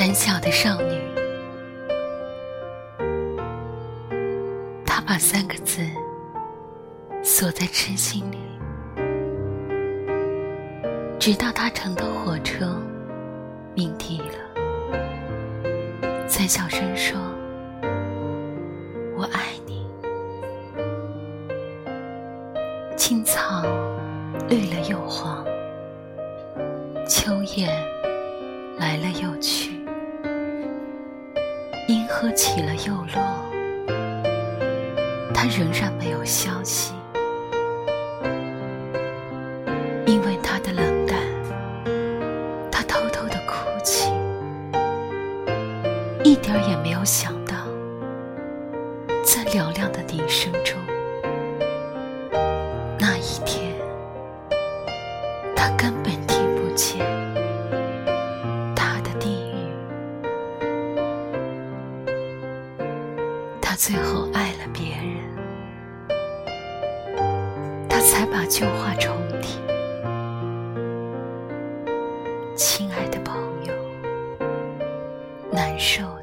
胆小的少女，她把3个字锁在痴心里，直到她乘的火车鸣笛了，才小声说我爱你。青草绿了又黄，秋雁来了又去，银河起了又落，他仍然没有消息。因为他的冷淡，他偷偷地哭泣，一点儿也没有想到，在嘹亮的笛声中，那一天他根本听不见他的地狱。他最后爱了别人，他才把旧话重提。亲爱的朋友，难受